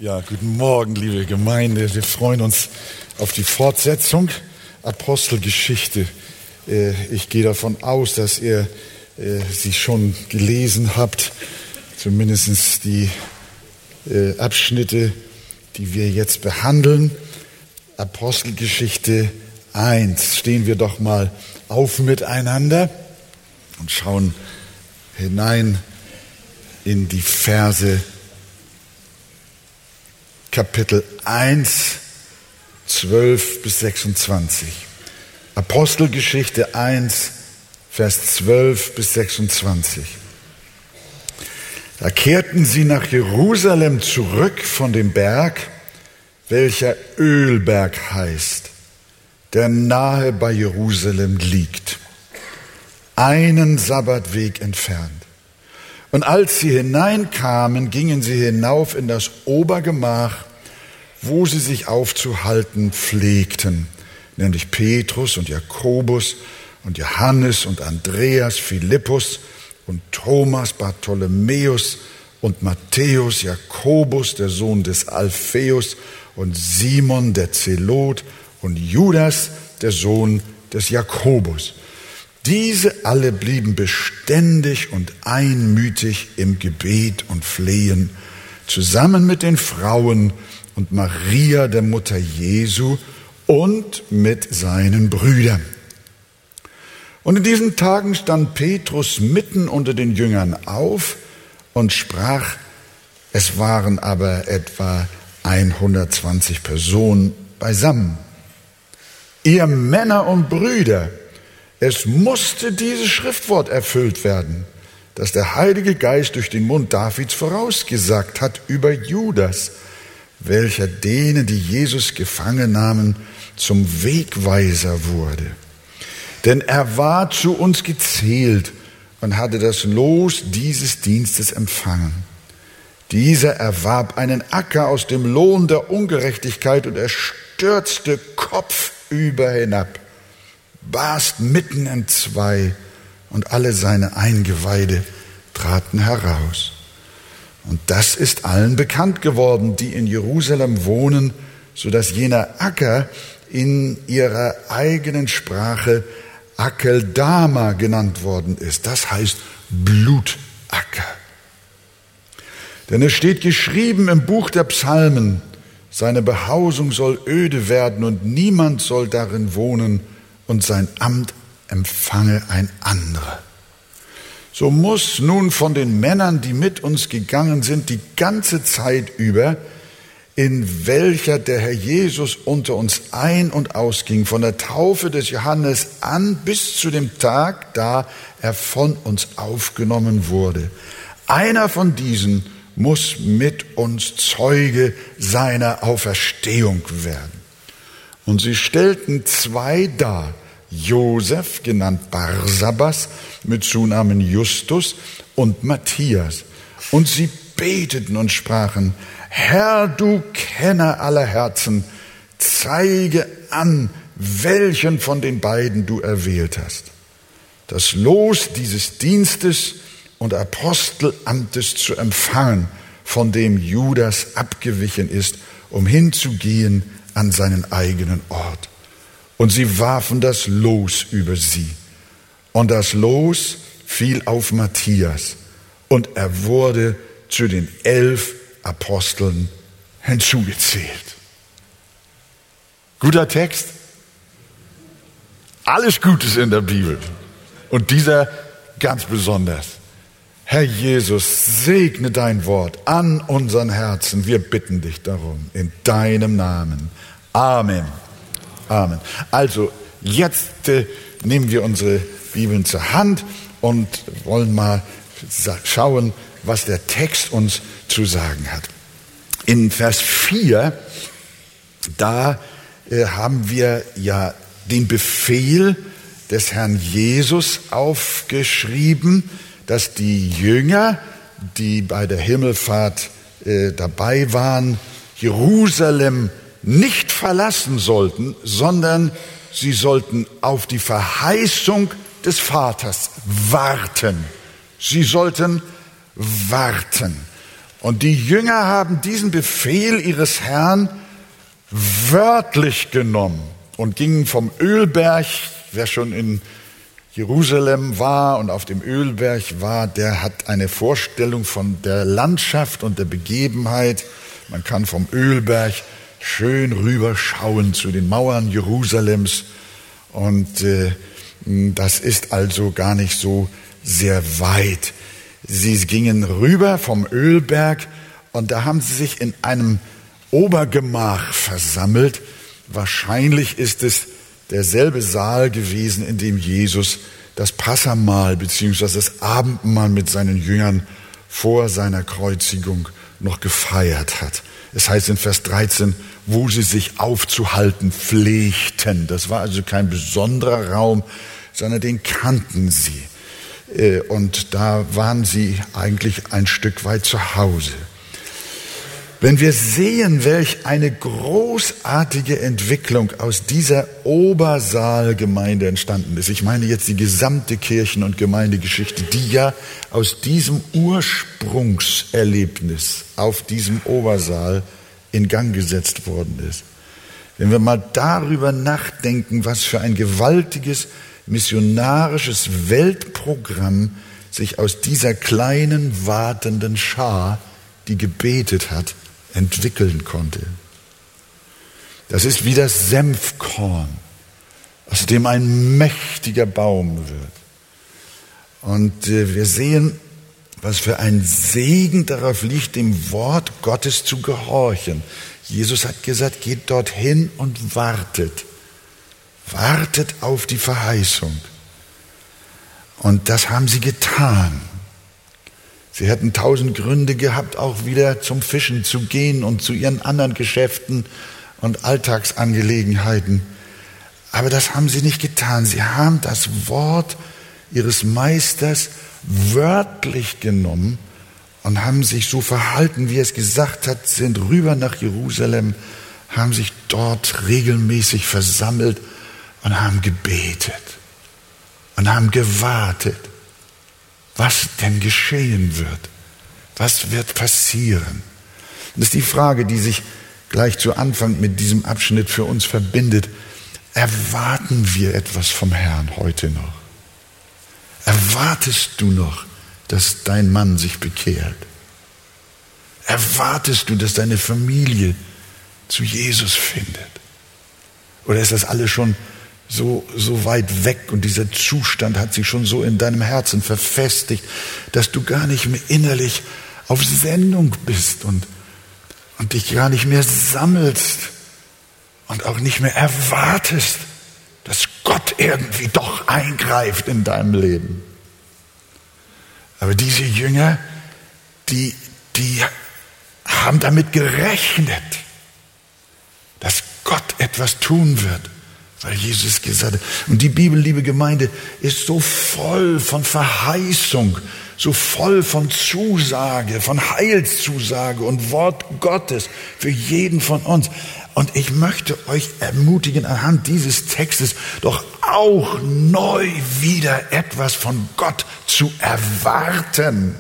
Ja, guten Morgen, liebe Gemeinde. Wir freuen uns auf die Fortsetzung Apostelgeschichte. Ich gehe davon aus, dass ihr sie schon gelesen habt, zumindest die Abschnitte, die wir jetzt behandeln. Apostelgeschichte 1. Stehen wir doch mal auf miteinander und schauen hinein in die Verse Kapitel 1, 12 bis 26. Apostelgeschichte 1, Vers 12 bis 26. Da kehrten sie nach Jerusalem zurück von dem Berg, welcher Ölberg heißt, der nahe bei Jerusalem liegt, einen Sabbatweg entfernt. Und als sie hineinkamen, gingen sie hinauf in das Obergemach, wo sie sich aufzuhalten pflegten, nämlich Petrus und Jakobus und Johannes und Andreas, Philippus und Thomas, Bartholomäus und Matthäus, Jakobus, der Sohn des Alpheus, und Simon, der Zelot, und Judas, der Sohn des Jakobus. Diese alle blieben beständig und einmütig im Gebet und Flehen, zusammen mit den Frauen und Maria, der Mutter Jesu, und mit seinen Brüdern. Und in diesen Tagen stand Petrus mitten unter den Jüngern auf und sprach, es waren aber etwa 120 Personen beisammen. Ihr Männer und Brüder, es musste dieses Schriftwort erfüllt werden, das der Heilige Geist durch den Mund Davids vorausgesagt hat über Judas, welcher denen, die Jesus gefangen nahmen, zum Wegweiser wurde. Denn er war zu uns gezählt und hatte das Los dieses Dienstes empfangen. Dieser erwarb einen Acker aus dem Lohn der Ungerechtigkeit und er stürzte kopfüber hinab, barst mitten entzwei und alle seine Eingeweide traten heraus. Und das ist allen bekannt geworden, die in Jerusalem wohnen, so dass jener Acker in ihrer eigenen Sprache Akeldama genannt worden ist. Das heißt Blutacker. Denn es steht geschrieben im Buch der Psalmen, seine Behausung soll öde werden und niemand soll darin wohnen, und sein Amt empfange ein anderer. So muss nun von den Männern, die mit uns gegangen sind, die ganze Zeit über, in welcher der Herr Jesus unter uns ein- und ausging, von der Taufe des Johannes an bis zu dem Tag, da er von uns aufgenommen wurde. Einer von diesen muss mit uns Zeuge seiner Auferstehung werden. Und sie stellten zwei dar, Josef, genannt Barsabas, mit Zunamen Justus, und Matthias. Und sie beteten und sprachen, Herr, du Kenner aller Herzen, zeige an, welchen von den beiden du erwählt hast, das Los dieses Dienstes und Apostelamtes zu empfangen, von dem Judas abgewichen ist, um hinzugehen an seinen eigenen Ort. Und sie warfen das Los über sie. Und das Los fiel auf Matthias. Und er wurde zu den 11 Aposteln hinzugezählt. Guter Text. Alles Gutes in der Bibel. Und dieser ganz besonders. Herr Jesus, segne dein Wort an unseren Herzen. Wir bitten dich darum. In deinem Namen. Amen. Amen. Also jetzt nehmen wir unsere Bibeln zur Hand und wollen mal schauen, was der Text uns zu sagen hat. In Vers 4, da haben wir ja den Befehl des Herrn Jesus aufgeschrieben, dass die Jünger, die bei der Himmelfahrt dabei waren, Jerusalem nicht verlassen sollten, sondern sie sollten auf die Verheißung des Vaters warten. Sie sollten warten. Und die Jünger haben diesen Befehl ihres Herrn wörtlich genommen und gingen vom Ölberg. Wer schon in Jerusalem war und auf dem Ölberg war, der hat eine Vorstellung von der Landschaft und der Begebenheit. Man kann vom Ölberg schön rüberschauen zu den Mauern Jerusalems. Und das ist also gar nicht so sehr weit. Sie gingen rüber vom Ölberg und da haben sie sich in einem Obergemach versammelt. Wahrscheinlich ist es derselbe Saal gewesen, in dem Jesus das Passahmahl bzw. das Abendmahl mit seinen Jüngern vor seiner Kreuzigung noch gefeiert hat. Es heißt in Vers 13, wo sie sich aufzuhalten pflegten. Das war also kein besonderer Raum, sondern den kannten sie. Und da waren sie eigentlich ein Stück weit zu Hause. Wenn wir sehen, welch eine großartige Entwicklung aus dieser Obersaalgemeinde entstanden ist, ich meine jetzt die gesamte Kirchen- und Gemeindegeschichte, die ja aus diesem Ursprungserlebnis auf diesem Obersaal in Gang gesetzt worden ist. Wenn wir mal darüber nachdenken, was für ein gewaltiges missionarisches Weltprogramm sich aus dieser kleinen, wartenden Schar, die gebetet hat, entwickeln konnte. Das ist wie das Senfkorn, aus dem ein mächtiger Baum wird. Und wir sehen, was für ein Segen darauf liegt, dem Wort Gottes zu gehorchen. Jesus hat gesagt, geht dorthin und wartet. Wartet auf die Verheißung. Und das haben sie getan. Sie hätten 1000 Gründe gehabt, auch wieder zum Fischen zu gehen und zu ihren anderen Geschäften und Alltagsangelegenheiten. Aber das haben sie nicht getan. Sie haben das Wort ihres Meisters wörtlich genommen und haben sich so verhalten, wie er es gesagt hat, sind rüber nach Jerusalem, haben sich dort regelmäßig versammelt und haben gebetet und haben gewartet, was denn geschehen wird. Was wird passieren? Das ist die Frage, die sich gleich zu Anfang mit diesem Abschnitt für uns verbindet. Erwarten wir etwas vom Herrn heute noch? Erwartest du noch, dass dein Mann sich bekehrt? Erwartest du, dass deine Familie zu Jesus findet? Oder ist das alles schon so weit weg und dieser Zustand hat sich schon so in deinem Herzen verfestigt, dass du gar nicht mehr innerlich auf Sendung bist und dich gar nicht mehr sammelst und auch nicht mehr erwartest, dass Gott irgendwie doch eingreift in deinem Leben. Aber diese Jünger, die haben damit gerechnet, dass Gott etwas tun wird, weil Jesus gesagt hat. Und die Bibel, liebe Gemeinde, ist so voll von Verheißung, so voll von Zusage, von Heilszusage und Wort Gottes für jeden von uns. Und ich möchte euch ermutigen, anhand dieses Textes doch auch neu wieder etwas von Gott zu erwarten.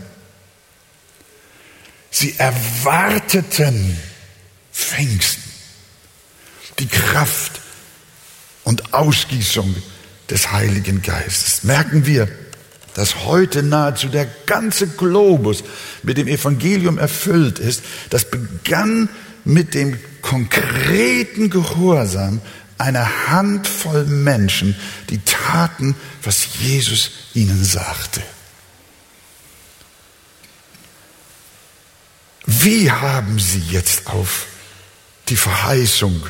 Sie erwarteten Pfingsten, die Kraft und Ausgießung des Heiligen Geistes. Merken wir, dass heute nahezu der ganze Globus mit dem Evangelium erfüllt ist. Das begann mit dem konkreten Gehorsam einer Handvoll Menschen, die taten, was Jesus ihnen sagte. Wie haben sie jetzt auf die Verheißung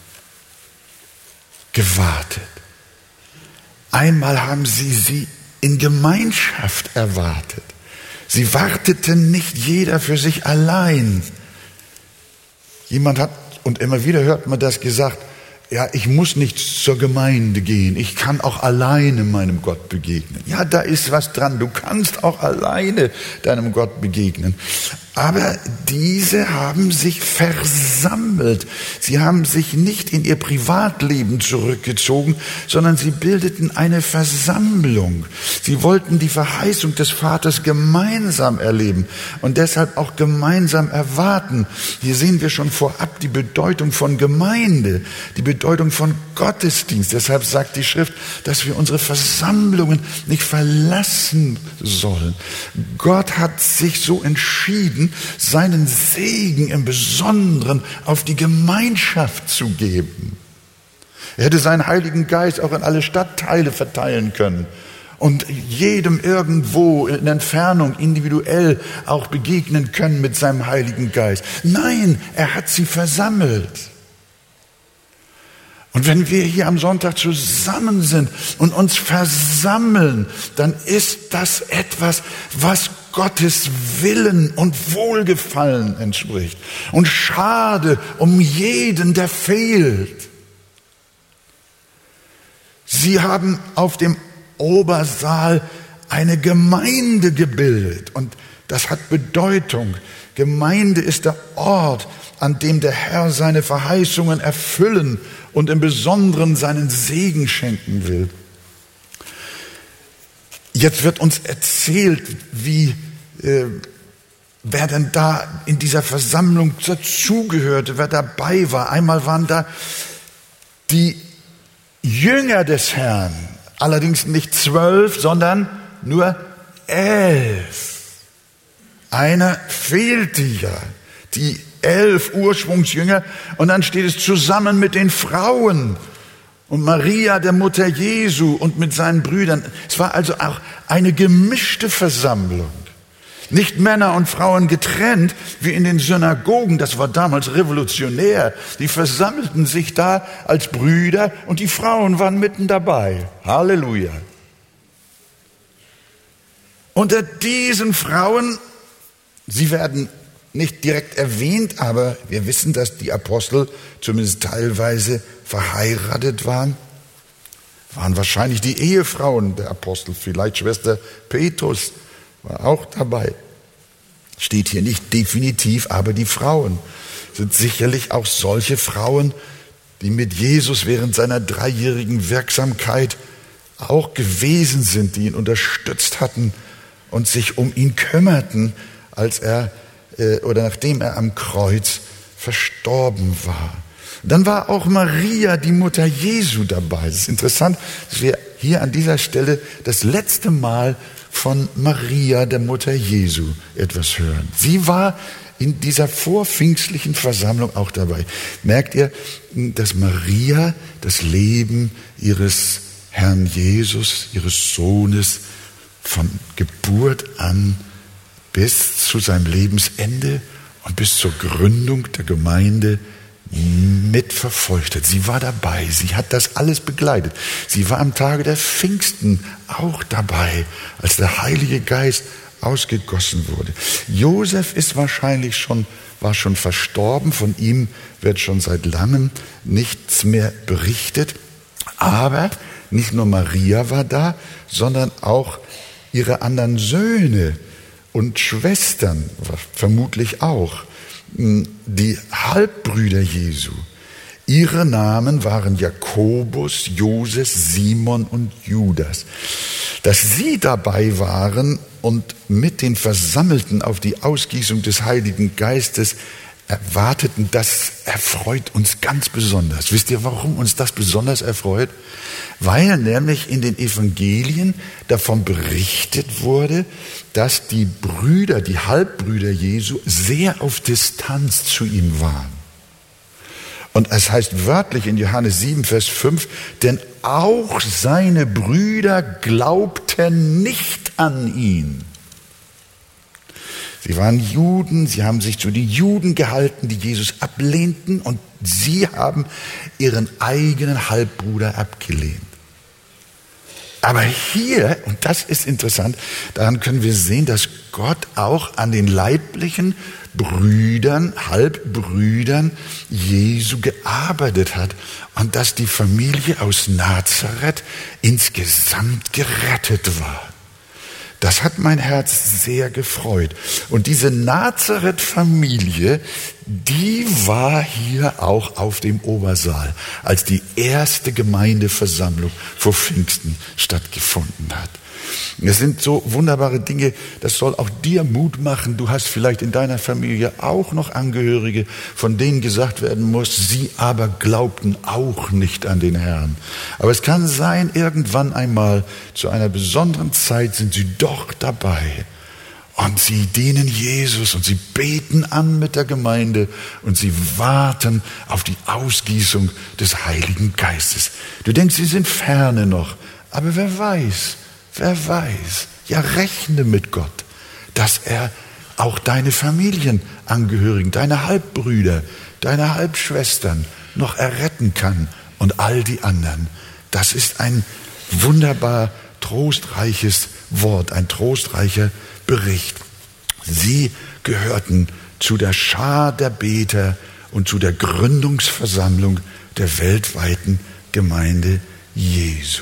gewartet? Einmal haben sie in Gemeinschaft erwartet. Sie warteten nicht jeder für sich allein. Jemand hat, und immer wieder hört man das gesagt, ja, ich muss nicht zur Gemeinde gehen, ich kann auch alleine meinem Gott begegnen. Ja, da ist was dran, du kannst auch alleine deinem Gott begegnen. Aber diese haben sich versammelt. Sie haben sich nicht in ihr Privatleben zurückgezogen, sondern sie bildeten eine Versammlung. Sie wollten die Verheißung des Vaters gemeinsam erleben und deshalb auch gemeinsam erwarten. Hier sehen wir schon vorab die Bedeutung von Gemeinde, die Bedeutung von Gottesdienst. Deshalb sagt die Schrift, dass wir unsere Versammlungen nicht verlassen sollen. Gott hat sich so entschieden, seinen Segen im Besonderen auf die Gemeinschaft zu geben. Er hätte seinen Heiligen Geist auch in alle Stadtteile verteilen können und jedem irgendwo in Entfernung individuell auch begegnen können mit seinem Heiligen Geist. Nein, er hat sie versammelt. Und wenn wir hier am Sonntag zusammen sind und uns versammeln, dann ist das etwas, was Gottes Willen und Wohlgefallen entspricht. Und schade um jeden, der fehlt. Sie haben auf dem Obersaal eine Gemeinde gebildet und das hat Bedeutung. Gemeinde ist der Ort, an dem der Herr seine Verheißungen erfüllen und im Besonderen seinen Segen schenken will. Jetzt wird uns erzählt, wer denn da in dieser Versammlung dazugehörte, wer dabei war. Einmal waren da die Jünger des Herrn, allerdings nicht 12, sondern nur 11. Einer fehlte ja, die 11 Ursprungsjünger, und dann steht es zusammen mit den Frauen und Maria, der Mutter Jesu, und mit seinen Brüdern. Es war also auch eine gemischte Versammlung. Nicht Männer und Frauen getrennt, wie in den Synagogen, das war damals revolutionär. Die versammelten sich da als Brüder und die Frauen waren mitten dabei. Halleluja. Unter diesen Frauen, sie werden nicht direkt erwähnt, aber wir wissen, dass die Apostel zumindest teilweise verheiratet waren wahrscheinlich die Ehefrauen der Apostel, vielleicht Schwester Petrus war auch dabei. Steht hier nicht definitiv, aber die Frauen sind sicherlich auch solche Frauen, die mit Jesus während seiner 3-jährigen Wirksamkeit auch gewesen sind, die ihn unterstützt hatten und sich um ihn kümmerten, als er oder nachdem er am Kreuz verstorben war. Dann war auch Maria, die Mutter Jesu, dabei. Es ist interessant, dass wir hier an dieser Stelle das letzte Mal von Maria, der Mutter Jesu, etwas hören. Sie war in dieser vorpfingstlichen Versammlung auch dabei. Merkt ihr, dass Maria das Leben ihres Herrn Jesus, ihres Sohnes, von Geburt an bis zu seinem Lebensende und bis zur Gründung der Gemeinde mitverfolgt hat. Sie war dabei, sie hat das alles begleitet. Sie war am Tage der Pfingsten auch dabei, als der Heilige Geist ausgegossen wurde. Josef ist war schon verstorben, von ihm wird schon seit langem nichts mehr berichtet. Aber nicht nur Maria war da, sondern auch ihre anderen Söhne und Schwestern, vermutlich auch, die Halbbrüder Jesu. Ihre Namen waren Jakobus, Joses, Simon und Judas. Dass sie dabei waren und mit den Versammelten auf die Ausgießung des Heiligen Geistes erwarteten, das erfreut uns ganz besonders. Wisst ihr, warum uns das besonders erfreut? Weil nämlich in den Evangelien davon berichtet wurde, dass die Brüder, die Halbbrüder Jesu, sehr auf Distanz zu ihm waren. Und es heißt wörtlich in Johannes 7, Vers 5, denn auch seine Brüder glaubten nicht an ihn. Sie waren Juden, sie haben sich zu den Juden gehalten, die Jesus ablehnten, und sie haben ihren eigenen Halbbruder abgelehnt. Aber hier, und das ist interessant, daran können wir sehen, dass Gott auch an den leiblichen Brüdern, Halbbrüdern Jesu gearbeitet hat und dass die Familie aus Nazareth insgesamt gerettet war. Das hat mein Herz sehr gefreut. Und diese Nazareth-Familie, die war hier auch auf dem Obersaal, als die erste Gemeindeversammlung vor Pfingsten stattgefunden hat. Es sind so wunderbare Dinge, das soll auch dir Mut machen. Du hast vielleicht in deiner Familie auch noch Angehörige, von denen gesagt werden muss, sie aber glaubten auch nicht an den Herrn. Aber es kann sein, irgendwann einmal zu einer besonderen Zeit sind sie doch dabei. Und sie dienen Jesus und sie beten an mit der Gemeinde und sie warten auf die Ausgießung des Heiligen Geistes. Du denkst, sie sind ferne noch, aber wer weiß, ja, rechne mit Gott, dass er auch deine Familienangehörigen, deine Halbbrüder, deine Halbschwestern noch erretten kann und all die anderen. Das ist ein wunderbar trostreiches Wort, ein trostreicher Bericht. Sie gehörten zu der Schar der Beter und zu der Gründungsversammlung der weltweiten Gemeinde Jesu.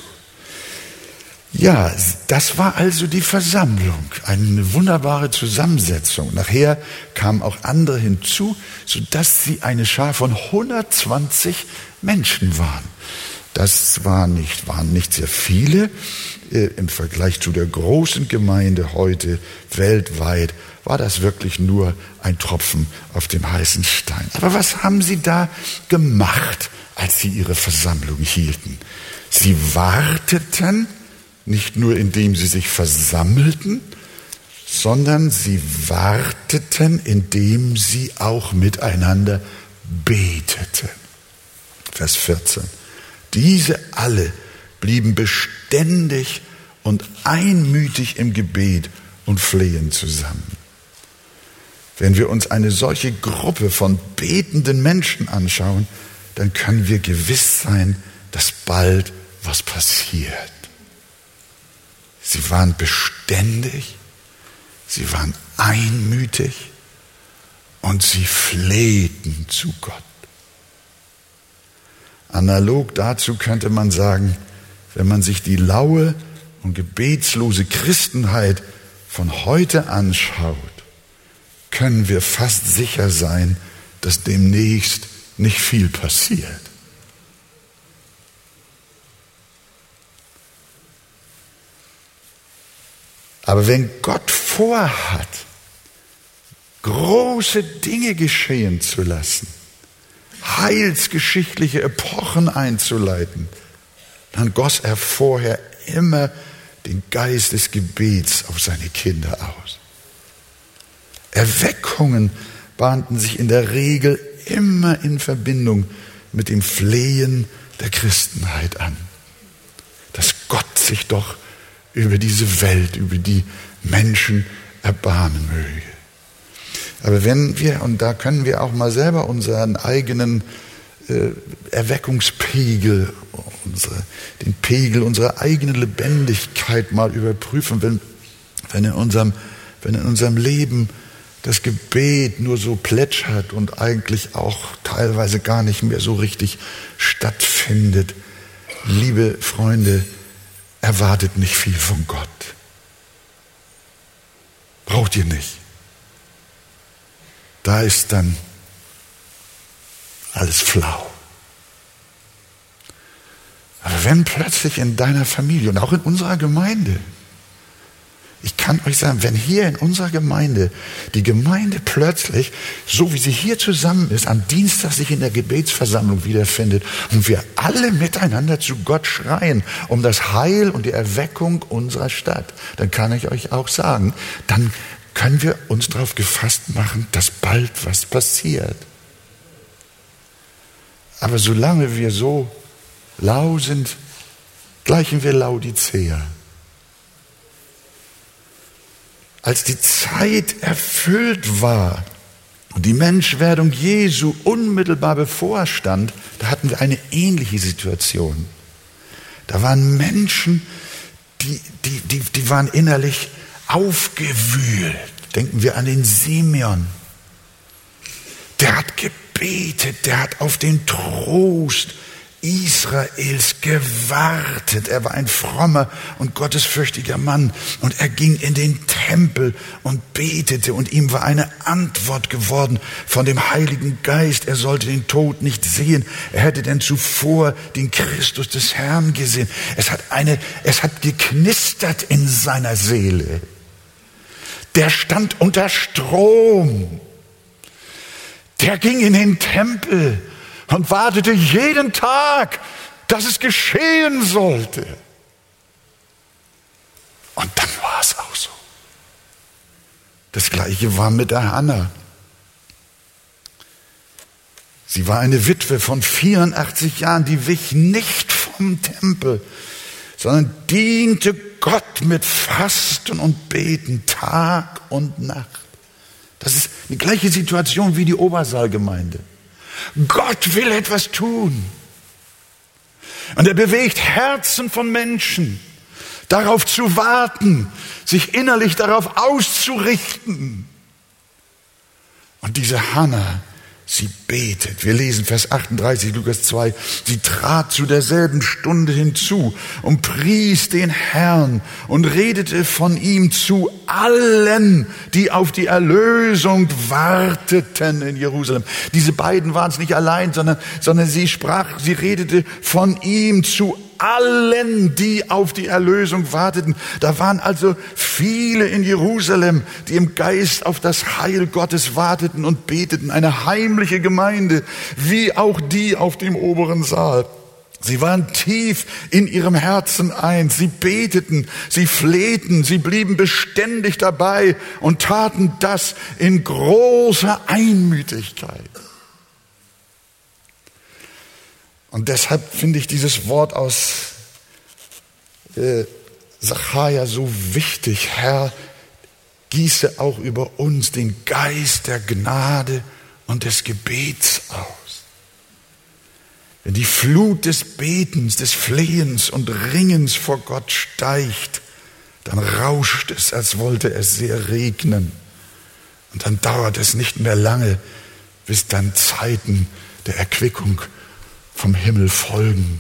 Ja, das war also die Versammlung, eine wunderbare Zusammensetzung. Nachher kamen auch andere hinzu, sodass sie eine Schar von 120 Menschen waren. Das waren nicht sehr viele. Im Vergleich zu der großen Gemeinde heute weltweit war das wirklich nur ein Tropfen auf dem heißen Stein. Aber was haben sie da gemacht, als sie ihre Versammlung hielten? Sie warteten, nicht nur indem sie sich versammelten, sondern sie warteten, indem sie auch miteinander beteten. Vers 14. Diese alle blieben beständig und einmütig im Gebet und Flehen zusammen. Wenn wir uns eine solche Gruppe von betenden Menschen anschauen, dann können wir gewiss sein, dass bald was passiert. Sie waren beständig, sie waren einmütig und sie flehten zu Gott. Analog dazu könnte man sagen, wenn man sich die laue und gebetslose Christenheit von heute anschaut, können wir fast sicher sein, dass demnächst nicht viel passiert. Aber wenn Gott vorhat, große Dinge geschehen zu lassen, heilsgeschichtliche Epochen einzuleiten, dann goss er vorher immer den Geist des Gebets auf seine Kinder aus. Erweckungen bahnten sich in der Regel immer in Verbindung mit dem Flehen der Christenheit an, dass Gott sich doch über diese Welt, über die Menschen erbarmen möge. Aber wenn wir, und da können wir auch mal selber unseren eigenen Erweckungspegel, den Pegel unserer eigenen Lebendigkeit mal überprüfen, wenn in unserem Leben das Gebet nur so plätschert und eigentlich auch teilweise gar nicht mehr so richtig stattfindet. Liebe Freunde, erwartet nicht viel von Gott. Braucht ihr nicht. Da ist dann alles flau. Aber wenn plötzlich in deiner Familie und auch in unserer Gemeinde, ich kann euch sagen, wenn hier in unserer Gemeinde die Gemeinde plötzlich, so wie sie hier zusammen ist, am Dienstag sich in der Gebetsversammlung wiederfindet und wir alle miteinander zu Gott schreien um das Heil und die Erweckung unserer Stadt, dann kann ich euch auch sagen, dann können wir uns darauf gefasst machen, dass bald was passiert. Aber solange wir so lau sind, gleichen wir Laodicea. Als die Zeit erfüllt war und die Menschwerdung Jesu unmittelbar bevorstand, da hatten wir eine ähnliche Situation. Da waren Menschen, die waren innerlich aufgewühlt. Denken wir an den Simeon. Der hat gebetet, der hat auf den Trost Israels gewartet. Er war ein frommer und gottesfürchtiger Mann und er ging in den Tempel und betete und ihm war eine Antwort geworden von dem Heiligen Geist. Er sollte den Tod nicht sehen. Er hätte denn zuvor den Christus des Herrn gesehen. Es hat geknistert in seiner Seele. Der stand unter Strom. Der ging in den Tempel und wartete jeden Tag, dass es geschehen sollte. Und dann war es auch so. Das Gleiche war mit der Hannah. Sie war eine Witwe von 84 Jahren, die wich nicht vom Tempel, sondern diente Gott mit Fasten und Beten Tag und Nacht. Das ist die gleiche Situation wie die Obersaalgemeinde. Gott will etwas tun. Und er bewegt Herzen von Menschen, darauf zu warten, sich innerlich darauf auszurichten. Und diese Hannah, sie betet. Wir lesen Vers 38, Lukas 2. Sie trat zu derselben Stunde hinzu und pries den Herrn und redete von ihm zu allen, die auf die Erlösung warteten in Jerusalem. Diese beiden waren es nicht allein, sondern sie redete von ihm zu allen, die auf die Erlösung warteten. Da waren also viele in Jerusalem, die im Geist auf das Heil Gottes warteten und beteten. Eine heimliche Gemeinde, wie auch die auf dem oberen Saal. Sie waren tief in ihrem Herzen eins. Sie beteten, sie flehten, sie blieben beständig dabei und taten das in großer Einmütigkeit. Und deshalb finde ich dieses Wort aus Sacharja so wichtig. Herr, gieße auch über uns den Geist der Gnade und des Gebets aus. Wenn die Flut des Betens, des Flehens und Ringens vor Gott steigt, dann rauscht es, als wollte es sehr regnen. Und dann dauert es nicht mehr lange, bis dann Zeiten der Erquickung vom Himmel folgen.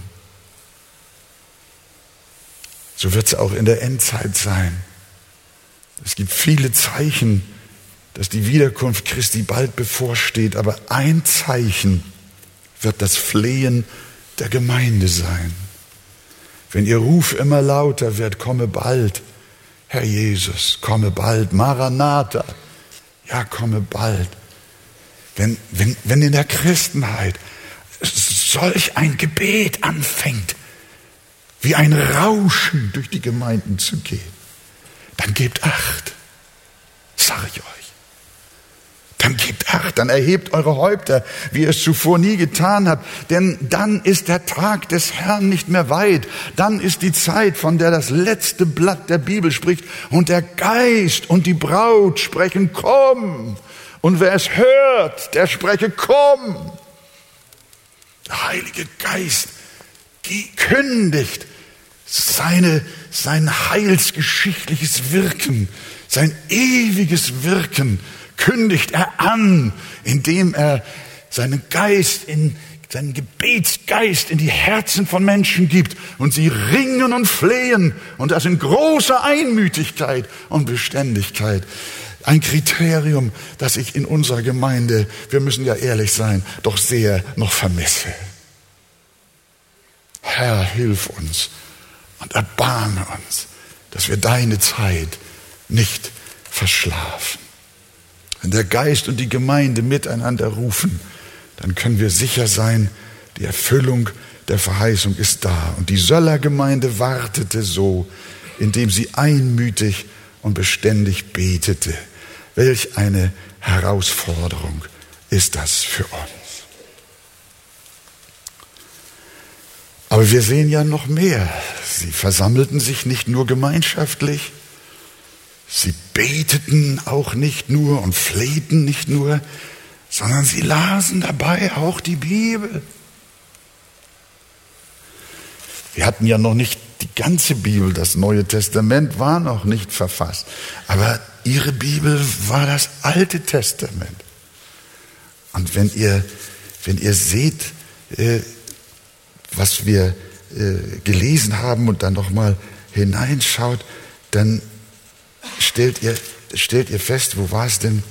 So wird es auch in der Endzeit sein. Es gibt viele Zeichen, dass die Wiederkunft Christi bald bevorsteht, aber ein Zeichen wird das Flehen der Gemeinde sein. Wenn ihr Ruf immer lauter wird, komme bald, Herr Jesus, komme bald, Maranatha, ja, komme bald. Wenn in der Christenheit solch ein Gebet anfängt, wie ein Rauschen durch die Gemeinden zu gehen, dann gebt Acht, sage ich euch. Dann gebt Acht, dann erhebt eure Häupter, wie ihr es zuvor nie getan habt, denn dann ist der Tag des Herrn nicht mehr weit. Dann ist die Zeit, von der das letzte Blatt der Bibel spricht und der Geist und die Braut sprechen, komm. Und wer es hört, der spreche, komm. Der Heilige Geist kündigt sein heilsgeschichtliches Wirken, sein ewiges Wirken kündigt er an, indem er seinen Gebetsgeist in die Herzen von Menschen gibt und sie ringen und flehen und das in großer Einmütigkeit und Beständigkeit. Ein Kriterium, das ich in unserer Gemeinde, wir müssen ja ehrlich sein, doch sehr noch vermisse. Herr, hilf uns und erbarme uns, dass wir deine Zeit nicht verschlafen. Wenn der Geist und die Gemeinde miteinander rufen, dann können wir sicher sein, die Erfüllung der Verheißung ist da. Und die Söller-Gemeinde wartete so, indem sie einmütig und beständig betete. Welch eine Herausforderung ist das für uns. Aber wir sehen ja noch mehr. Sie versammelten sich nicht nur gemeinschaftlich, sie beteten auch nicht nur und flehten nicht nur, sondern sie lasen dabei auch die Bibel. Wir hatten ja noch nicht die ganze Bibel, das Neue Testament war noch nicht verfasst, aber ihre Bibel war das Alte Testament. Und wenn ihr seht, was wir gelesen haben und dann nochmal hineinschaut, dann stellt ihr fest, wo war es denn?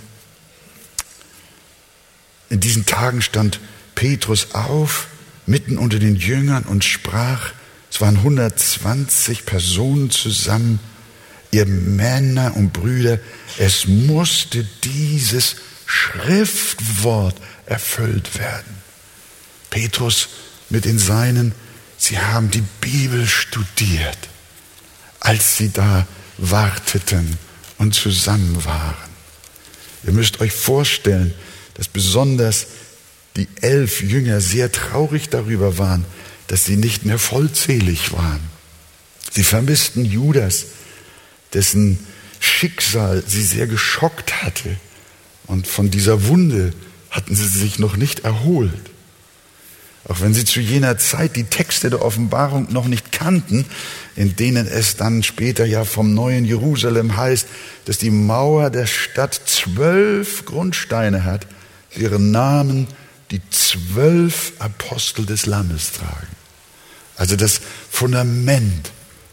In diesen Tagen stand Petrus auf, mitten unter den Jüngern und sprach, es waren 120 Personen zusammen, ihr Männer und Brüder, es musste dieses Schriftwort erfüllt werden. Petrus mit den Seinen, sie haben die Bibel studiert, als sie da warteten und zusammen waren. Ihr müsst euch vorstellen, dass besonders die 11 Jünger sehr traurig darüber waren, dass sie nicht mehr vollzählig waren. Sie vermissten Judas, dessen Schicksal sie sehr geschockt hatte. Und von dieser Wunde hatten sie sich noch nicht erholt. Auch wenn sie zu jener Zeit die Texte der Offenbarung noch nicht kannten, in denen es dann später ja vom neuen Jerusalem heißt, dass die Mauer der Stadt 12 Grundsteine hat, deren Namen die 12 Apostel des Lammes tragen. Also das Fundament,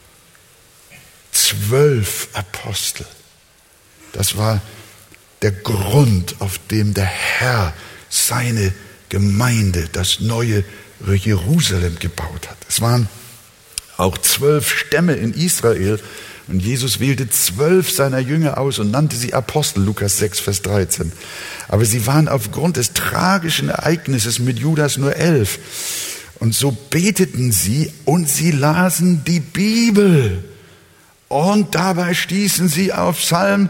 12 Apostel. Das war der Grund, auf dem der Herr seine Gemeinde, das neue Jerusalem gebaut hat. Es waren auch 12 Stämme in Israel und Jesus wählte 12 seiner Jünger aus und nannte sie Apostel, Lukas 6, Vers 13. Aber sie waren aufgrund des tragischen Ereignisses mit Judas nur 11. Und so beteten sie und sie lasen die Bibel. Und dabei stießen sie auf Psalm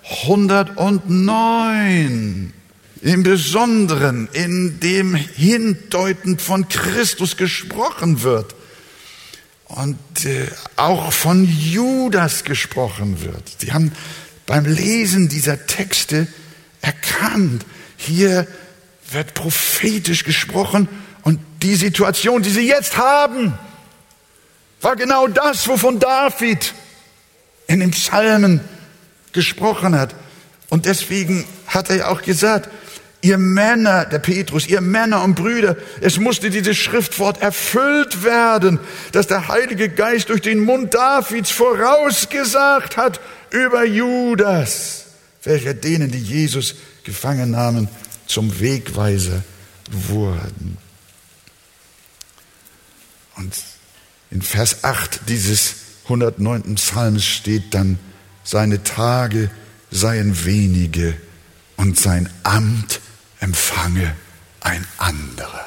109. Im Besonderen, in dem hindeutend von Christus gesprochen wird und auch von Judas gesprochen wird. Sie haben beim Lesen dieser Texte erkannt, hier wird prophetisch gesprochen und die Situation, die sie jetzt haben, war genau das, wovon David in den Psalmen gesprochen hat. Und deswegen hat er ja auch gesagt, ihr Männer, der Petrus, ihr Männer und Brüder, es musste dieses Schriftwort erfüllt werden, das der Heilige Geist durch den Mund Davids vorausgesagt hat über Judas, welcher denen, die Jesus gefangen nahmen, zum Wegweiser wurden. Und in Vers 8 dieses 109. Psalms steht dann, seine Tage seien wenige und sein Amt empfange ein anderer.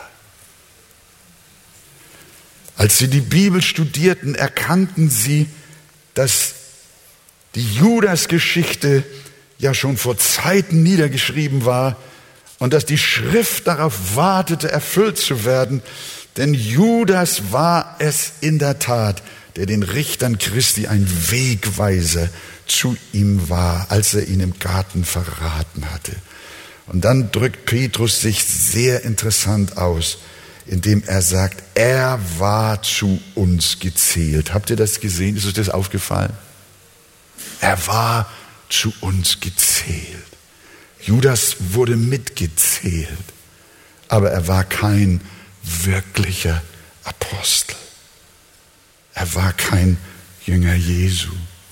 Als sie die Bibel studierten, erkannten sie, dass die Judas-Geschichte ja schon vor Zeiten niedergeschrieben war und dass die Schrift darauf wartete, erfüllt zu werden. Denn Judas war es in der Tat, der den Richtern Christi ein Wegweiser zu ihm war, als er ihn im Garten verraten hatte. Und dann drückt Petrus sich sehr interessant aus, indem er sagt, er war zu uns gezählt. Habt ihr das gesehen? Ist euch das aufgefallen? Er war zu uns gezählt. Judas wurde mitgezählt, aber er war kein wirklicher Apostel. Er war kein Jünger Jesu.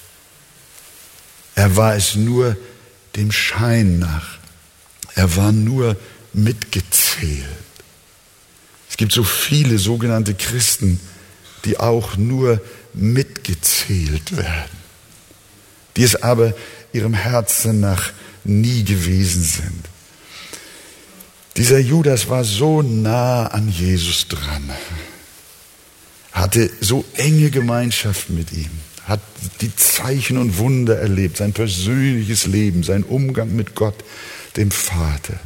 Er war es nur dem Schein nach. Er war nur mitgezählt. Es gibt so viele sogenannte Christen, die auch nur mitgezählt werden, die es aber ihrem Herzen nach nie gewesen sind. Dieser Judas war so nah an Jesus dran, hatte so enge Gemeinschaft mit ihm, hat die Zeichen und Wunder erlebt, sein persönliches Leben, sein Umgang mit Gott, dem Vater.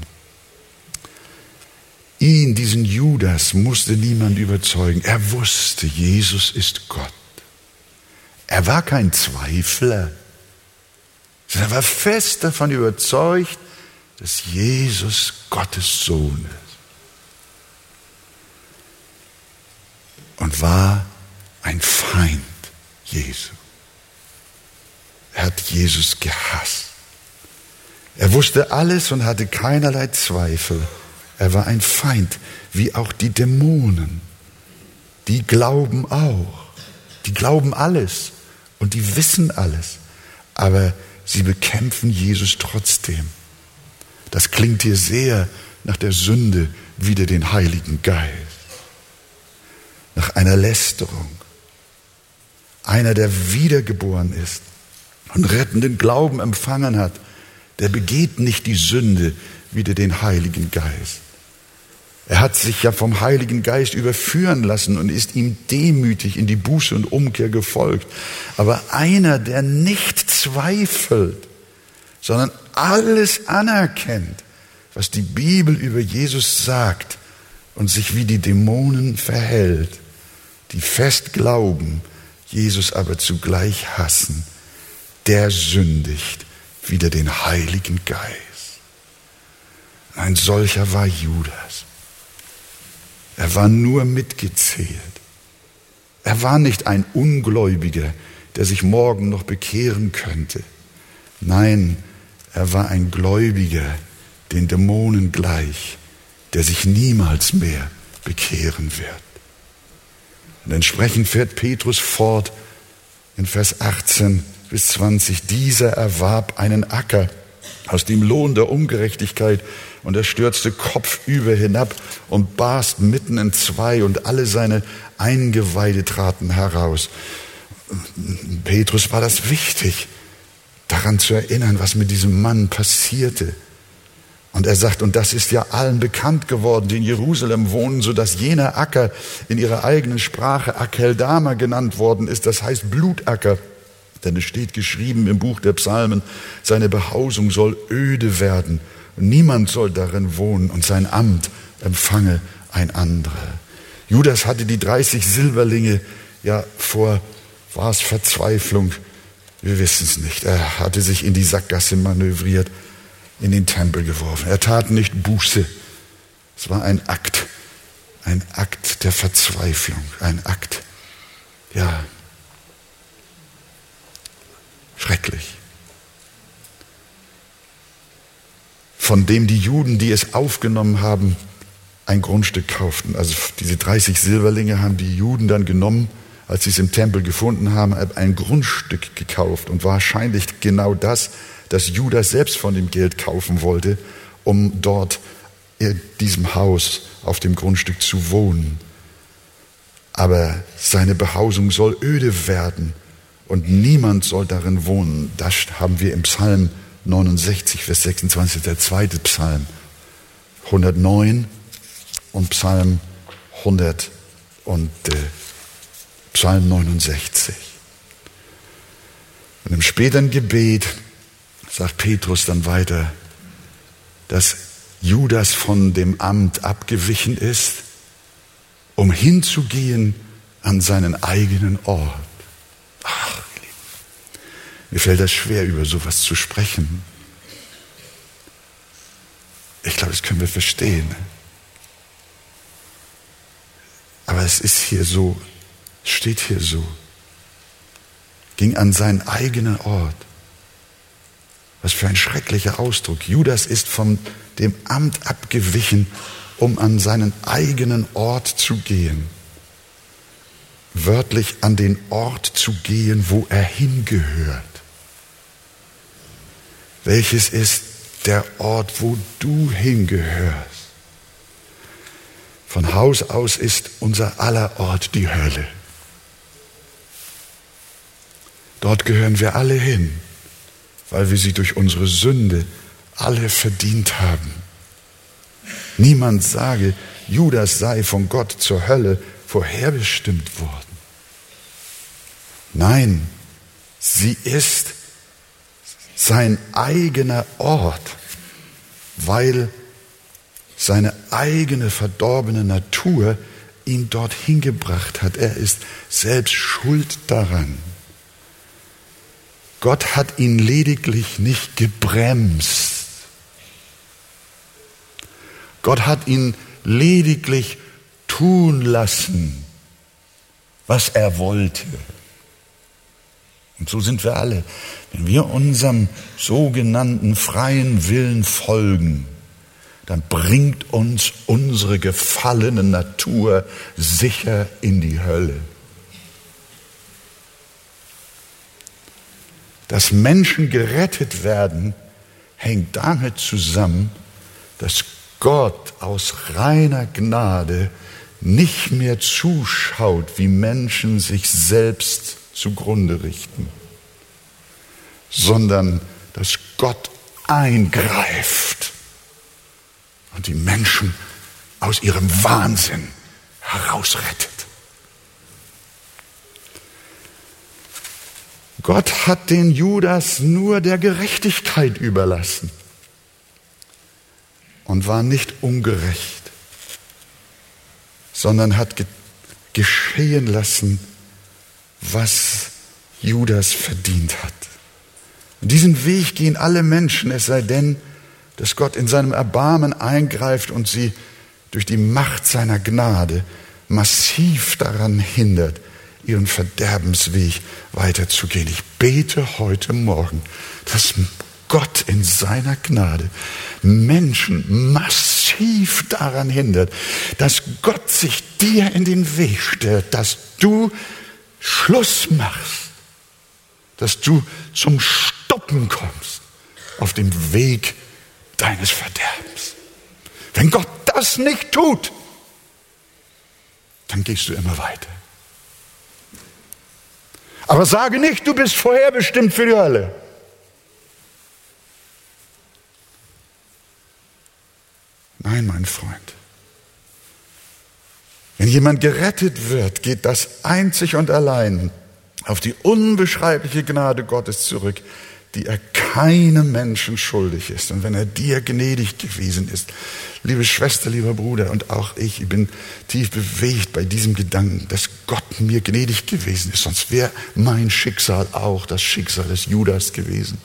Ihn, diesen Judas, musste niemand überzeugen. Er wusste, Jesus ist Gott. Er war kein Zweifler, sondern er war fest davon überzeugt, dass Jesus Gottes Sohn ist. Und war ein Feind Jesu. Er hat Jesus gehasst. Er wusste alles und hatte keinerlei Zweifel. Er war ein Feind, wie auch die Dämonen. die glauben auch. Die glauben alles und die wissen alles. Aber sie bekämpfen Jesus trotzdem. Das klingt hier sehr nach der Sünde wider den Heiligen Geist. Nach einer Lästerung. Einer, der wiedergeboren ist und rettenden Glauben empfangen hat, der begeht nicht die Sünde wider den Heiligen Geist. Er hat sich ja vom Heiligen Geist überführen lassen und ist ihm demütig in die Buße und Umkehr gefolgt. Aber einer, der nicht zweifelt, sondern alles anerkennt, was die Bibel über Jesus sagt und sich wie die Dämonen verhält, die fest glauben, Jesus aber zugleich hassen, der sündigt wider den Heiligen Geist. Ein solcher war Judas. Er war nur mitgezählt. Er war nicht ein Ungläubiger, der sich morgen noch bekehren könnte. Nein, er war ein Gläubiger, den Dämonen gleich, der sich niemals mehr bekehren wird. Und entsprechend fährt Petrus fort in Vers 18 bis 20. Dieser erwarb einen Acker aus dem Lohn der Ungerechtigkeit und er stürzte kopfüber hinab und barst mitten in zwei und alle seine Eingeweide traten heraus. Petrus war das wichtig, daran zu erinnern, was mit diesem Mann passierte. Und er sagt, und das ist ja allen bekannt geworden, die in Jerusalem wohnen, sodass jener Acker in ihrer eigenen Sprache Akeldama genannt worden ist, das heißt Blutacker. Denn es steht geschrieben im Buch der Psalmen, seine Behausung soll öde werden und niemand soll darin wohnen und sein Amt empfange ein anderer. Judas hatte die 30 Silberlinge ja vor, war es Verzweiflung? Wir wissen es nicht. Er hatte sich in die Sackgasse manövriert, in den Tempel geworfen. Er tat nicht Buße. Es war ein Akt der Verzweiflung, ein Akt, ja, schrecklich. Von dem die Juden, die es aufgenommen haben, ein Grundstück kauften. Also diese 30 Silberlinge haben die Juden dann genommen, als sie es im Tempel gefunden haben, ein Grundstück gekauft. Und wahrscheinlich genau das Judas selbst von dem Geld kaufen wollte, um dort in diesem Haus auf dem Grundstück zu wohnen. Aber seine Behausung soll öde werden und niemand soll darin wohnen. Das haben wir im Psalm 69, Vers 26, der zweite Psalm. 109 und Psalm 100 und Psalm 69. Und im späteren Gebet sagt Petrus dann weiter, dass Judas von dem Amt abgewichen ist, um hinzugehen an seinen eigenen Ort. Ach, mir fällt das schwer, über sowas zu sprechen. Ich glaube, das können wir verstehen. Aber es ist hier so, steht hier so. Ging an seinen eigenen Ort. Was für ein schrecklicher Ausdruck. Judas ist von dem Amt abgewichen, um an seinen eigenen Ort zu gehen. Wörtlich an den Ort zu gehen, wo er hingehört. Welches ist der Ort, wo du hingehörst? Von Haus aus ist unser aller Ort die Hölle. Dort gehören wir alle hin, weil wir sie durch unsere Sünde alle verdient haben. Niemand sage, Judas sei von Gott zur Hölle vorherbestimmt worden. Nein, sie ist sein eigener Ort, weil seine eigene verdorbene Natur ihn dorthin gebracht hat. Er ist selbst schuld daran. Gott hat ihn lediglich nicht gebremst. Gott hat ihn lediglich tun lassen, was er wollte. Und so sind wir alle. Wenn wir unserem sogenannten freien Willen folgen, dann bringt uns unsere gefallene Natur sicher in die Hölle. Dass Menschen gerettet werden, hängt damit zusammen, dass Gott aus reiner Gnade nicht mehr zuschaut, wie Menschen sich selbst zugrunde richten, sondern dass Gott eingreift und die Menschen aus ihrem Wahnsinn herausrettet. Gott hat den Judas nur der Gerechtigkeit überlassen und war nicht ungerecht, sondern hat geschehen lassen, was Judas verdient hat. Und diesen Weg gehen alle Menschen, es sei denn, dass Gott in seinem Erbarmen eingreift und sie durch die Macht seiner Gnade massiv daran hindert, ihren Verderbensweg weiterzugehen. Ich bete heute Morgen, dass Gott in seiner Gnade Menschen massiv daran hindert, dass Gott sich dir in den Weg stellt, dass du Schluss machst, dass du zum Stoppen kommst auf dem Weg deines Verderbens. Wenn Gott das nicht tut, dann gehst du immer weiter. Aber sage nicht, du bist vorherbestimmt für die Hölle. Nein, mein Freund. Wenn jemand gerettet wird, geht das einzig und allein auf die unbeschreibliche Gnade Gottes zurück, die er keinem Menschen schuldig ist. Und wenn er dir gnädig gewesen ist, liebe Schwester, lieber Bruder und auch ich bin tief bewegt bei diesem Gedanken, dass Gott mir gnädig gewesen ist. Sonst wäre mein Schicksal auch das Schicksal des Judas gewesen.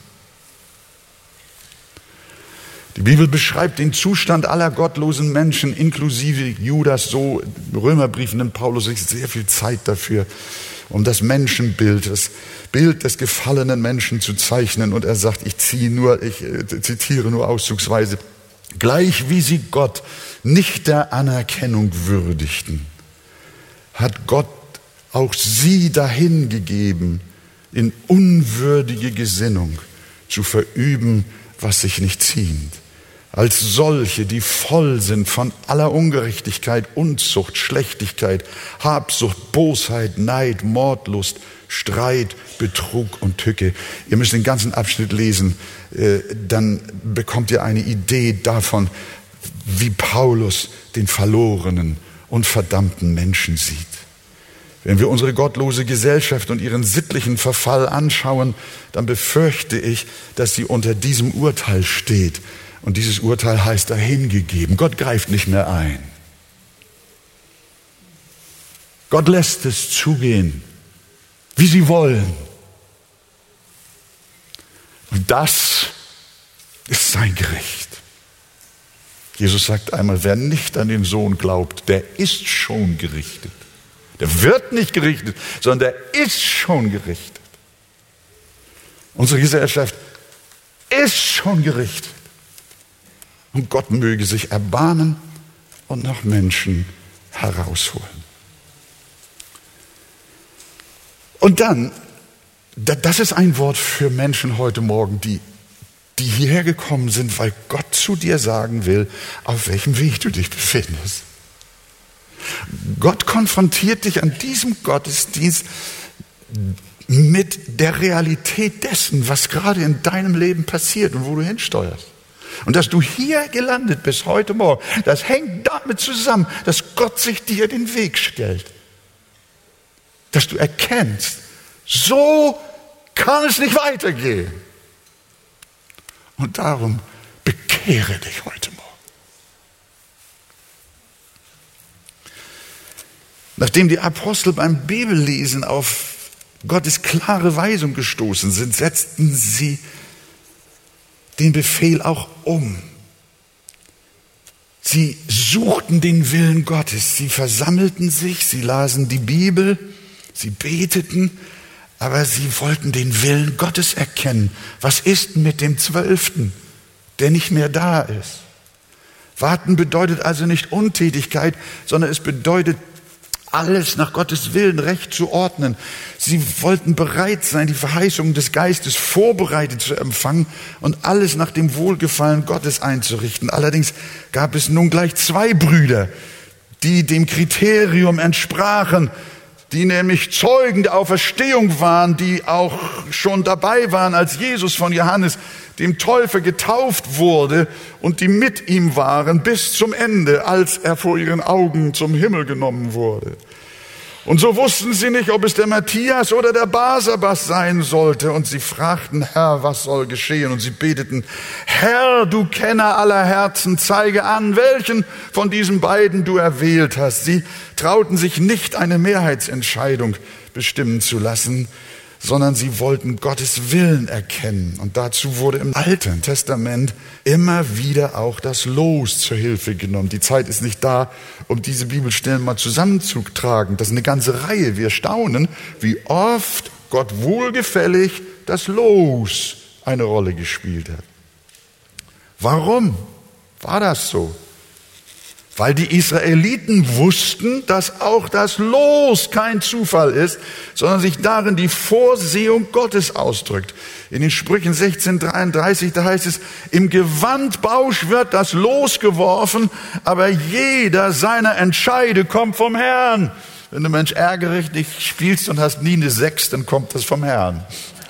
Die Bibel beschreibt den Zustand aller gottlosen Menschen, inklusive Judas, so im Römerbrief nimmt Paulus sich sehr viel Zeit dafür, um das Menschenbild, das Bild des gefallenen Menschen zu zeichnen. Und er sagt, ich zitiere nur auszugsweise, gleich wie sie Gott nicht der Anerkennung würdigten, hat Gott auch sie dahingegeben, in unwürdige Gesinnung zu verüben, was sich nicht ziemt. Als solche, die voll sind von aller Ungerechtigkeit, Unzucht, Schlechtigkeit, Habsucht, Bosheit, Neid, Mordlust, Streit, Betrug und Tücke. Ihr müsst den ganzen Abschnitt lesen, dann bekommt ihr eine Idee davon, wie Paulus den verlorenen und verdammten Menschen sieht. Wenn wir unsere gottlose Gesellschaft und ihren sittlichen Verfall anschauen, dann befürchte ich, dass sie unter diesem Urteil steht. Und dieses Urteil heißt dahingegeben. Gott greift nicht mehr ein. Gott lässt es zugehen, wie sie wollen. Und das ist sein Gericht. Jesus sagt einmal, wer nicht an den Sohn glaubt, der ist schon gerichtet. Der wird nicht gerichtet, sondern der ist schon gerichtet. Unsere Gesellschaft ist schon gerichtet. Und Gott möge sich erbarmen und noch Menschen herausholen. Und dann, das ist ein Wort für Menschen heute Morgen, die hierher gekommen sind, weil Gott zu dir sagen will, auf welchem Weg du dich befindest. Gott konfrontiert dich an diesem Gottesdienst mit der Realität dessen, was gerade in deinem Leben passiert und wo du hinsteuerst. Und dass du hier gelandet bist heute Morgen, das hängt damit zusammen, dass Gott sich dir den Weg stellt. Dass du erkennst, so kann es nicht weitergehen. Und darum bekehre dich heute Morgen. Nachdem die Apostel beim Bibellesen auf Gottes klare Weisung gestoßen sind, setzten sie den Befehl auch um. Sie suchten den Willen Gottes, sie versammelten sich, sie lasen die Bibel, sie beteten, aber sie wollten den Willen Gottes erkennen. Was ist mit dem 12., der nicht mehr da ist? Warten bedeutet also nicht Untätigkeit, sondern es bedeutet, alles nach Gottes Willen recht zu ordnen. Sie wollten bereit sein, die Verheißungen des Geistes vorbereitet zu empfangen und alles nach dem Wohlgefallen Gottes einzurichten. Allerdings gab es nun gleich zwei Brüder, die dem Kriterium entsprachen, die nämlich Zeugen der Auferstehung waren, die auch schon dabei waren, als Jesus von Johannes, dem Täufer, getauft wurde und die mit ihm waren bis zum Ende, als er vor ihren Augen zum Himmel genommen wurde. Und so wussten sie nicht, ob es der Matthias oder der Barsabas sein sollte. Und sie fragten, Herr, was soll geschehen? Und sie beteten, Herr, du Kenner aller Herzen, zeige an, welchen von diesen beiden du erwählt hast. Sie trauten sich nicht, eine Mehrheitsentscheidung bestimmen zu lassen, sondern sie wollten Gottes Willen erkennen. Und dazu wurde im Alten Testament immer wieder auch das Los zur Hilfe genommen. Die Zeit ist nicht da, um diese Bibelstellen mal zusammenzutragen. Das ist eine ganze Reihe. Wir staunen, wie oft Gott wohlgefällig das Los eine Rolle gespielt hat. Warum war das so? Weil die Israeliten wussten, dass auch das Los kein Zufall ist, sondern sich darin die Vorsehung Gottes ausdrückt. In den Sprüchen 16,33, da heißt es, im Gewandbausch wird das Los geworfen, aber jeder seiner Entscheide kommt vom Herrn. Wenn du Mensch ärgerlich nicht spielst und hast nie eine 6, dann kommt das vom Herrn.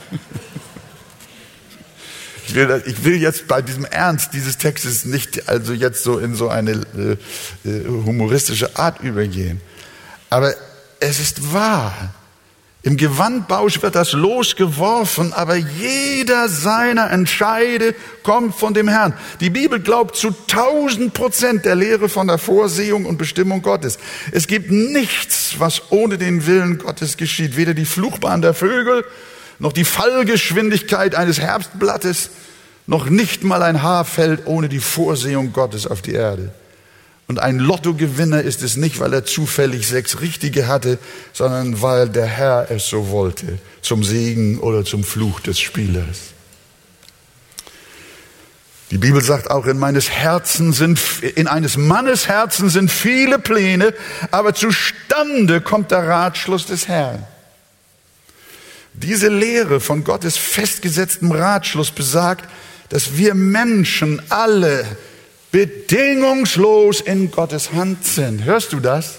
Ich will jetzt bei diesem Ernst dieses Textes nicht also jetzt so in so eine humoristische Art übergehen. Aber es ist wahr. Im Gewandbausch wird das Los geworfen, aber jeder seiner Entscheide kommt von dem Herrn. Die Bibel glaubt zu 1000% der Lehre von der Vorsehung und Bestimmung Gottes. Es gibt nichts, was ohne den Willen Gottes geschieht. Weder die Flugbahn der Vögel, noch die Fallgeschwindigkeit eines Herbstblattes, noch nicht mal ein Haar fällt ohne die Vorsehung Gottes auf die Erde. Und ein Lottogewinner ist es nicht, weil er zufällig 6 Richtige hatte, sondern weil der Herr es so wollte, zum Segen oder zum Fluch des Spielers. Die Bibel sagt auch, in eines Mannes Herzen sind viele Pläne, aber zustande kommt der Ratschluss des Herrn. Diese Lehre von Gottes festgesetztem Ratschluss besagt, dass wir Menschen alle bedingungslos in Gottes Hand sind. Hörst du das?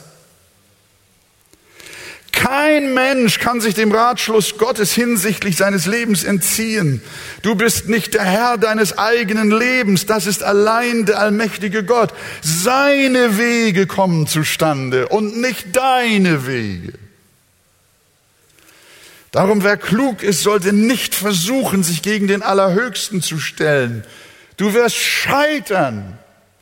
Kein Mensch kann sich dem Ratschluss Gottes hinsichtlich seines Lebens entziehen. Du bist nicht der Herr deines eigenen Lebens, das ist allein der allmächtige Gott. Seine Wege kommen zustande und nicht deine Wege. Darum, wer klug ist, sollte nicht versuchen, sich gegen den Allerhöchsten zu stellen. Du wirst scheitern.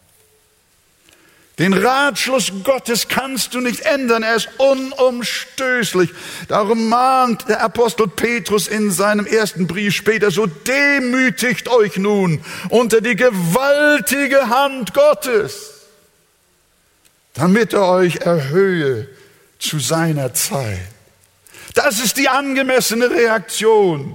Den Ratschluss Gottes kannst du nicht ändern, er ist unumstößlich. Darum mahnt der Apostel Petrus in seinem ersten Brief später so, demütigt euch nun unter die gewaltige Hand Gottes, damit er euch erhöhe zu seiner Zeit. Das ist die angemessene Reaktion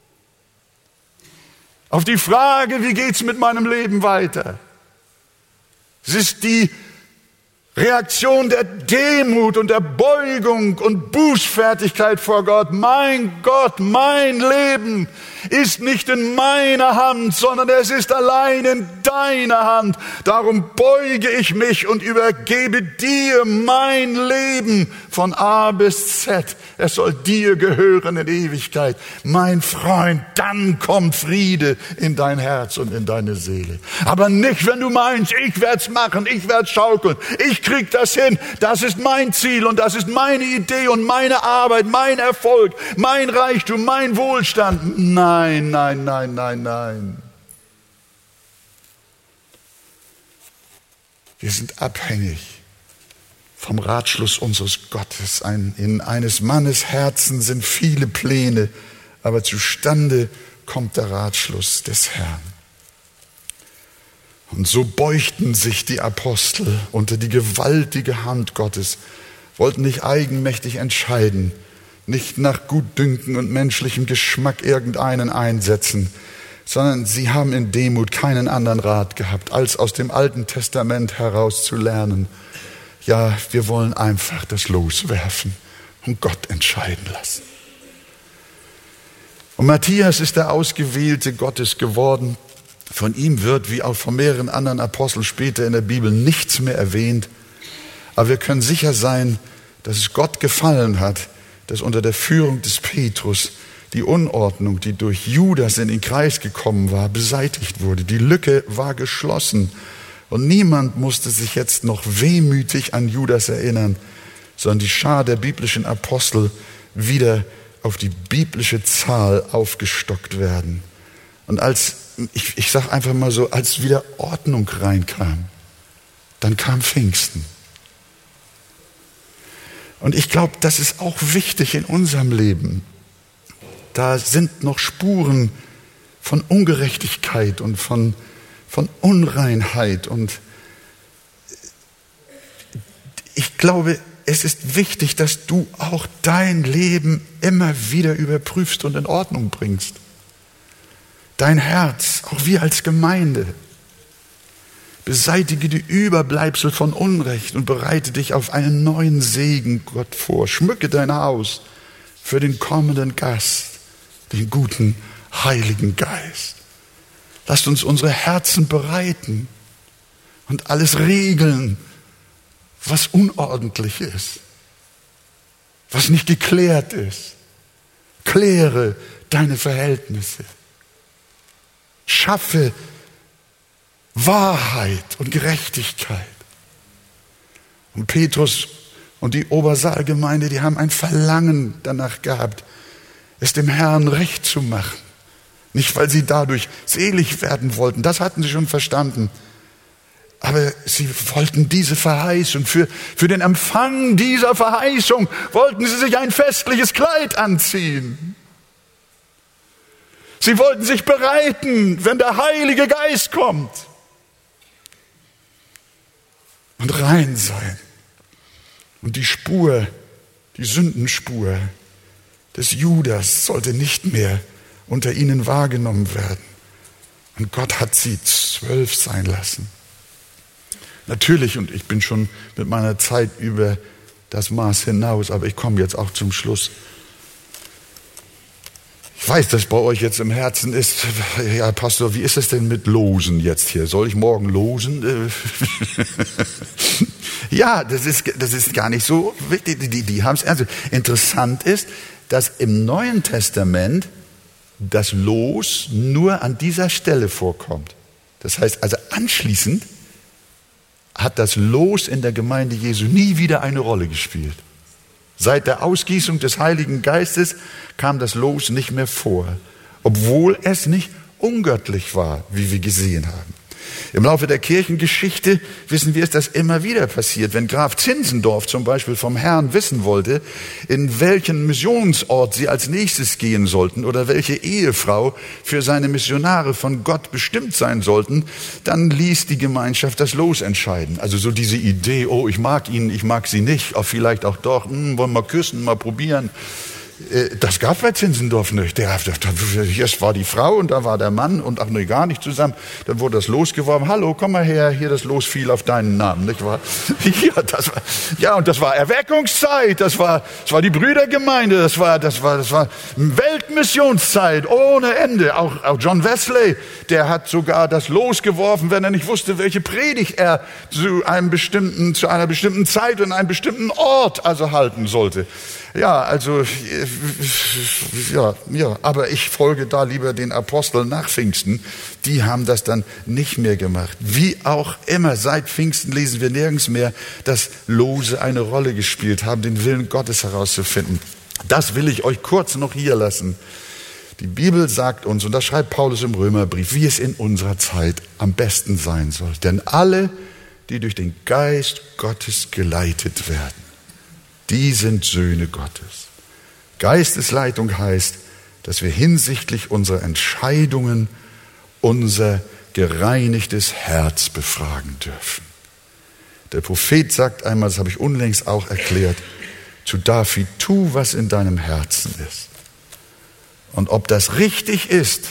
auf die Frage, wie geht's mit meinem Leben weiter? Es ist die Reaktion der Demut und der Beugung und Bußfertigkeit vor Gott. Mein Gott, mein Leben ist nicht in meiner Hand, sondern es ist allein in deiner Hand. Darum beuge ich mich und übergebe dir mein Leben von A bis Z. Es soll dir gehören in Ewigkeit. Mein Freund, dann kommt Friede in dein Herz und in deine Seele. Aber nicht, wenn du meinst, ich werde es machen, ich werde schaukeln, ich krieg das hin, das ist mein Ziel und das ist meine Idee und meine Arbeit, mein Erfolg, mein Reichtum, mein Wohlstand. Nein, nein, nein, nein, nein. Wir sind abhängig vom Ratschluss unseres Gottes. In eines Mannes Herzen sind viele Pläne, aber zustande kommt der Ratschluss des Herrn. Und so beugten sich die Apostel unter die gewaltige Hand Gottes, wollten nicht eigenmächtig entscheiden, nicht nach Gutdünken und menschlichem Geschmack irgendeinen einsetzen, sondern sie haben in Demut keinen anderen Rat gehabt, als aus dem Alten Testament heraus zu lernen. Ja, wir wollen einfach das Los werfen und Gott entscheiden lassen. Und Matthias ist der Ausgewählte Gottes geworden. Von ihm wird, wie auch von mehreren anderen Aposteln später in der Bibel, nichts mehr erwähnt. Aber wir können sicher sein, dass es Gott gefallen hat, dass unter der Führung des Petrus die Unordnung, die durch Judas in den Kreis gekommen war, beseitigt wurde. Die Lücke war geschlossen und niemand musste sich jetzt noch wehmütig an Judas erinnern, sondern die Schar der biblischen Apostel wieder auf die biblische Zahl aufgestockt werden. Und als, ich sage einfach mal so, als wieder Ordnung reinkam, dann kam Pfingsten. Und ich glaube, das ist auch wichtig in unserem Leben. Da sind noch Spuren von Ungerechtigkeit und von Unreinheit. Und ich glaube, es ist wichtig, dass du auch dein Leben immer wieder überprüfst und in Ordnung bringst. Dein Herz, auch wir als Gemeinde. Beseitige die Überbleibsel von Unrecht und bereite dich auf einen neuen Segen Gott vor. Schmücke dein Haus für den kommenden Gast, den guten Heiligen Geist. Lasst uns unsere Herzen bereiten und alles regeln, was unordentlich ist, was nicht geklärt ist. Kläre deine Verhältnisse. Schaffe Wahrheit und Gerechtigkeit. Und Petrus und die Obersaalgemeinde, die haben ein Verlangen danach gehabt, es dem Herrn recht zu machen. Nicht, weil sie dadurch selig werden wollten, das hatten sie schon verstanden. Aber sie wollten diese Verheißung, für den Empfang dieser Verheißung wollten sie sich ein festliches Kleid anziehen. Sie wollten sich bereiten, wenn der Heilige Geist kommt. Und rein sein. Und die Spur, die Sündenspur des Judas sollte nicht mehr unter ihnen wahrgenommen werden. Und Gott hat sie 12 sein lassen. Natürlich, und ich bin schon mit meiner Zeit über das Maß hinaus, aber ich komme jetzt auch zum Schluss. Ich weiß, dass bei euch jetzt im Herzen ist, ja Pastor, wie ist es denn mit Losen jetzt hier? Soll ich morgen losen? Ja, das ist gar nicht so wichtig, die haben es ernst. Interessant ist, dass im Neuen Testament das Los nur an dieser Stelle vorkommt. Das heißt also anschließend hat das Los in der Gemeinde Jesu nie wieder eine Rolle gespielt. Seit der Ausgießung des Heiligen Geistes kam das Los nicht mehr vor, obwohl es nicht ungöttlich war, wie wir gesehen haben. Im Laufe der Kirchengeschichte wissen wir es, dass immer wieder passiert. Wenn Graf Zinzendorf zum Beispiel vom Herrn wissen wollte, in welchen Missionsort sie als nächstes gehen sollten oder welche Ehefrau für seine Missionare von Gott bestimmt sein sollten, dann ließ die Gemeinschaft das Los entscheiden. Also so diese Idee, oh, ich mag ihn, ich mag sie nicht, auch vielleicht auch doch, wollen wir mal küssen, mal probieren. Das gab bei Zinzendorf nicht. Hier war die Frau und da war der Mann und ach nee, gar nicht zusammen. Dann wurde das Los geworfen. Hallo, komm mal her, hier das Los fiel auf deinen Namen, nicht wahr? Und das war Erweckungszeit, das war die Brüdergemeinde, das war Weltmissionszeit ohne Ende. Auch John Wesley, der hat sogar das Los geworfen, wenn er nicht wusste, welche Predigt er zu einer bestimmten Zeit und einem bestimmten Ort also halten sollte. Aber ich folge da lieber den Aposteln nach Pfingsten. Die haben das dann nicht mehr gemacht. Wie auch immer, seit Pfingsten lesen wir nirgends mehr, dass Lose eine Rolle gespielt haben, den Willen Gottes herauszufinden. Das will ich euch kurz noch hier lassen. Die Bibel sagt uns, und das schreibt Paulus im Römerbrief, wie es in unserer Zeit am besten sein soll. Denn alle, die durch den Geist Gottes geleitet werden, die sind Söhne Gottes. Geistesleitung heißt, dass wir hinsichtlich unserer Entscheidungen unser gereinigtes Herz befragen dürfen. Der Prophet sagt einmal, das habe ich unlängst auch erklärt, zu David, tu, was in deinem Herzen ist. Und ob das richtig ist,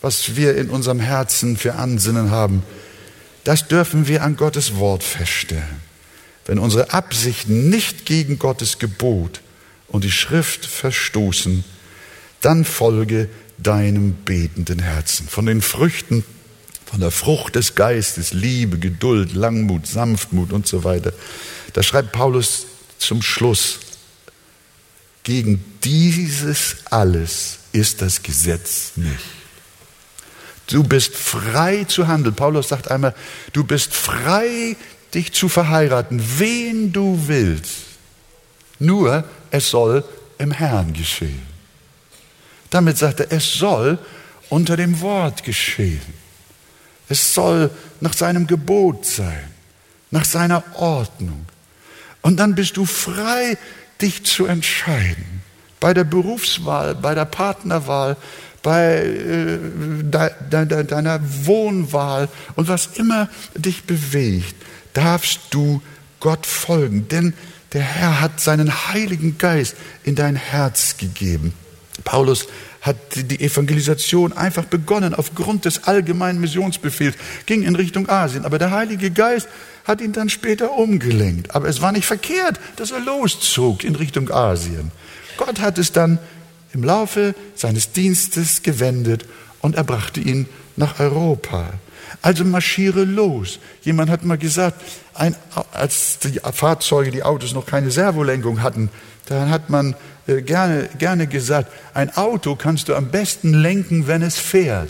was wir in unserem Herzen für Ansinnen haben, das dürfen wir an Gottes Wort feststellen. Wenn unsere Absichten nicht gegen Gottes Gebot und die Schrift verstoßen, dann folge deinem betenden Herzen. Von den Früchten, von der Frucht des Geistes, Liebe, Geduld, Langmut, Sanftmut und so weiter. Da schreibt Paulus zum Schluss: Gegen dieses alles ist das Gesetz nicht. Du bist frei zu handeln. Paulus sagt einmal, du bist frei, dich zu verheiraten, wen du willst. Nur, es soll im Herrn geschehen. Damit sagt er, es soll unter dem Wort geschehen. Es soll nach seinem Gebot sein, nach seiner Ordnung. Und dann bist du frei, dich zu entscheiden. Bei der Berufswahl, bei der Partnerwahl, bei deiner Wohnwahl und was immer dich bewegt, darfst du Gott folgen. Denn der Herr hat seinen Heiligen Geist in dein Herz gegeben. Paulus hat die Evangelisation einfach begonnen aufgrund des allgemeinen Missionsbefehls, ging in Richtung Asien. Aber der Heilige Geist hat ihn dann später umgelenkt. Aber es war nicht verkehrt, dass er loszog in Richtung Asien. Gott hat es dann im Laufe seines Dienstes gewendet und er brachte ihn nach Europa. Also marschiere los. Jemand hat mal gesagt, als die Fahrzeuge, die Autos noch keine Servolenkung hatten, dann hat man gerne gesagt, ein Auto kannst du am besten lenken, wenn es fährt.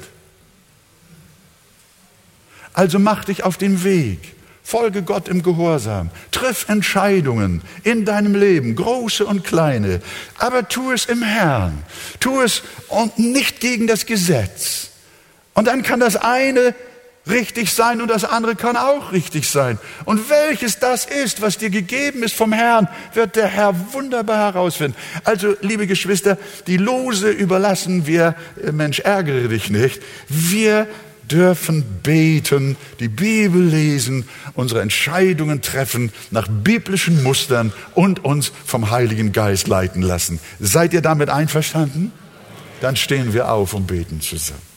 Also mach dich auf den Weg. Folge Gott im Gehorsam. Triff Entscheidungen in deinem Leben, große und kleine. Aber tu es im Herrn. Tu es und nicht gegen das Gesetz. Und dann kann das eine richtig sein und das andere kann auch richtig sein. Und welches das ist, was dir gegeben ist vom Herrn, wird der Herr wunderbar herausfinden. Also, liebe Geschwister, die Lose überlassen wir, Mensch, ärgere dich nicht. Wir dürfen beten, die Bibel lesen, unsere Entscheidungen treffen nach biblischen Mustern und uns vom Heiligen Geist leiten lassen. Seid ihr damit einverstanden? Dann stehen wir auf und beten zusammen.